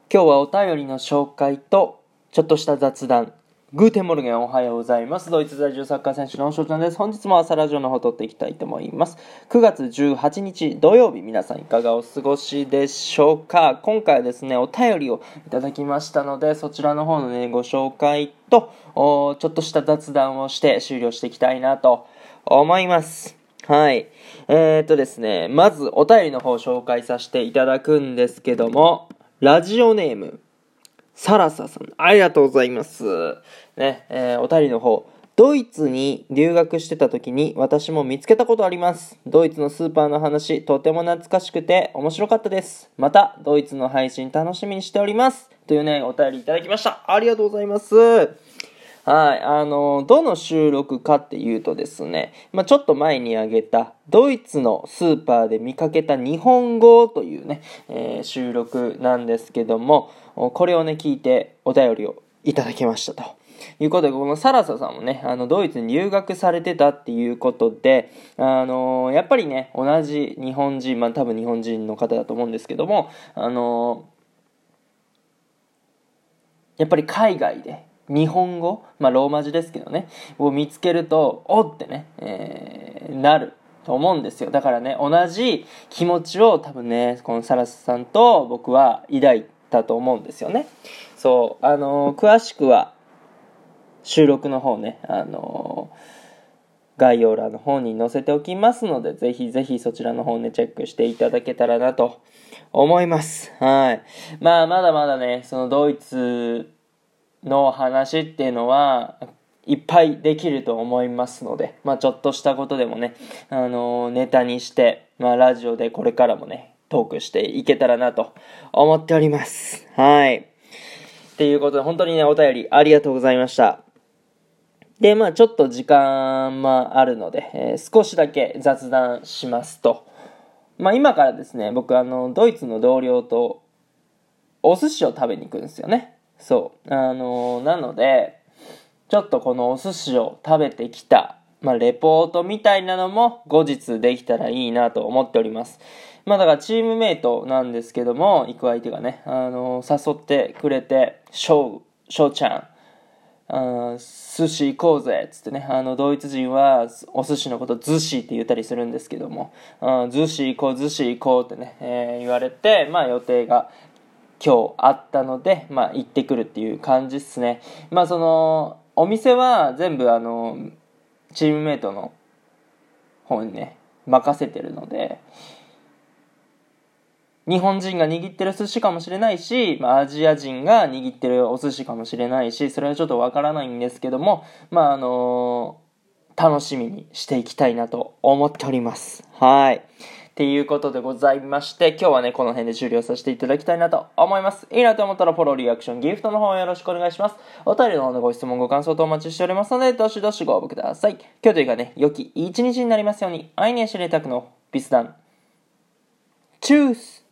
今日はお便りの紹介とちょっとした雑談。グーテンモルゲン、おはようございます。ドイツ在住サッカー選手の翔ちゃんです。本日も朝ラジオの方撮っていきたいと思います。9月18日土曜日、皆さんいかがお過ごしでしょうか。今回はですね、お便りをいただきましたので、そちらの方のね、ご紹介とちょっとした雑談をして終了していきたいなと思います。はい。ですね、まずお便りの方を紹介させていただくんですけども、ラジオネームサラサさん、ありがとうございます。ね、お便りの方、ドイツに留学してた時に私も見つけたことあります。ドイツのスーパーの話、とても懐かしくて面白かったです。また、ドイツの配信楽しみにしております。というね、お便りいただきました。ありがとうございます。はい、どの収録かっていうとですね、ちょっと前に挙げたドイツのスーパーで見かけた日本語というね、収録なんですけども、これをね聞いてお便りをいただきましたということで、このサラサさんもねドイツに留学されてたっていうことで、やっぱりね同じ日本人、多分日本人の方だと思うんですけども、やっぱり海外で日本語、ローマ字ですけどね、を見つけると、おってね、なると思うんですよ。だからね、同じ気持ちを多分ね、このサラスさんと僕は抱いたと思うんですよね。そう、詳しくは収録の方ね、概要欄の方に載せておきますので、ぜひぜひそちらの方ね、チェックしていただけたらなと思います。はい。まだまだね、そのドイツの話っていうのはいっぱいできると思いますので、ちょっとしたことでもね、ネタにして、ラジオでこれからもねトークしていけたらなと思っております。はい。っていうことで本当にねお便りありがとうございました。でちょっと時間あるので、少しだけ雑談しますと、今からですね僕ドイツの同僚とお寿司を食べに行くんですよね。そうなのでちょっとこのお寿司を食べてきた、レポートみたいなのも後日できたらいいなと思っております。だからチームメイトなんですけども、行く相手がね、誘ってくれて、しょうちゃん、寿司行こうぜっつってね、ドイツ人はお寿司のことズシって言ったりするんですけども、ズシ行こうってね、言われて、予定が今日あったので、行ってくるっていう感じっすね。そのお店は全部チームメイトの方にね任せてるので、日本人が握ってる寿司かもしれないし、アジア人が握ってるお寿司かもしれないし、それはちょっとわからないんですけども、楽しみにしていきたいなと思っております。はい。っていうことでございまして、今日はねこの辺で終了させていただきたいなと思います。いいなと思ったらフォロー、リアクション、ギフトの方よろしくお願いします。お便りの方でご質問ご感想とお待ちしておりますので、どしどしご応募ください。今日というかね良き一日になりますように。アイネシレタクのビスダンチュース